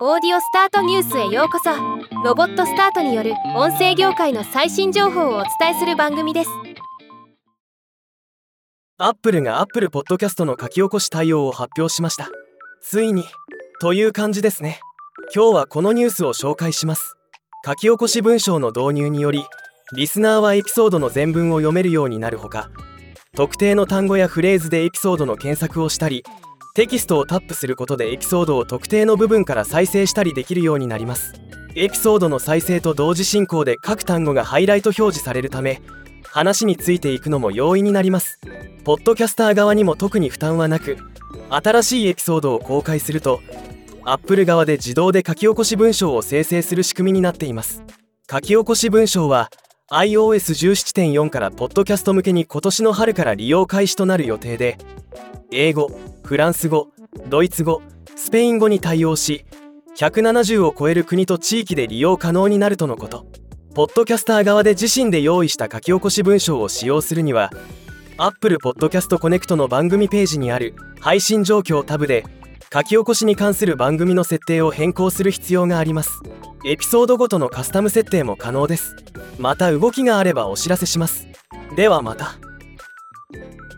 オーディオスタートニュースへようこそ。ロボットスタートによる音声業界の最新情報をお伝えする番組です。 アップルが Apple Podcast の書き起こし対応を発表しました。ついにという感じですね。今日はこのニュースを紹介します。書き起こし文章の導入により、リスナーはエピソードの全文を読めるようになるほか、特定の単語やフレーズでエピソードの検索をしたり、テキストをタップすることでエピソードを特定の部分から再生したりできるようになります。エピソードの再生と同時進行で各単語がハイライト表示されるため、話についていくのも容易になります。ポッドキャスター側にも特に負担はなく、新しいエピソードを公開すると Apple 側で自動で書き起こし文章を生成する仕組みになっています。書き起こし文章は iOS17.4 からポッドキャスト向けに今年の春から利用開始となる予定で、英語、フランス語、ドイツ語、スペイン語に対応し、170を超える国と地域で利用可能になるとのこと。ポッドキャスター側で自身で用意した書き起こし文章を使用するには、Apple Podcast Connect の番組ページにある配信状況タブで書き起こしに関する番組の設定を変更する必要があります。エピソードごとのカスタム設定も可能です。また動きがあればお知らせします。ではまた。